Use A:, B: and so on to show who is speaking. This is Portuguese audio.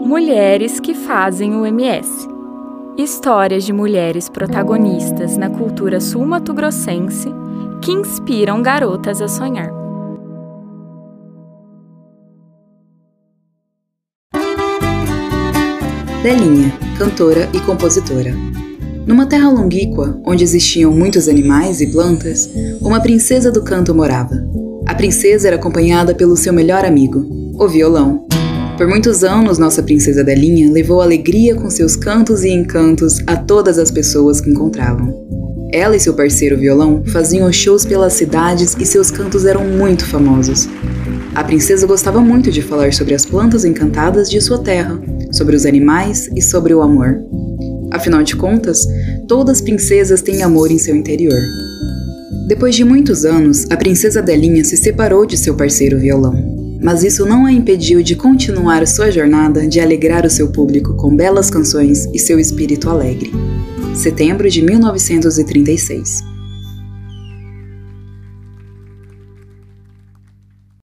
A: Mulheres que fazem o MS. Histórias de mulheres protagonistas na cultura sul-mato-grossense que inspiram garotas a sonhar.
B: Delinha, cantora e compositora. Numa terra longínqua, onde existiam muitos animais e plantas, uma princesa do canto morava. A princesa era acompanhada pelo seu melhor amigo, o violão. Por muitos anos, nossa princesa Delinha levou alegria com seus cantos e encantos a todas as pessoas que encontravam. Ela e seu parceiro violão faziam shows pelas cidades e seus cantos eram muito famosos. A princesa gostava muito de falar sobre as plantas encantadas de sua terra, sobre os animais e sobre o amor. Afinal de contas, todas as princesas têm amor em seu interior. Depois de muitos anos, a princesa Delinha se separou de seu parceiro violão. Mas isso não a impediu de continuar sua jornada de alegrar o seu público com belas canções e seu espírito alegre. Setembro de 1936.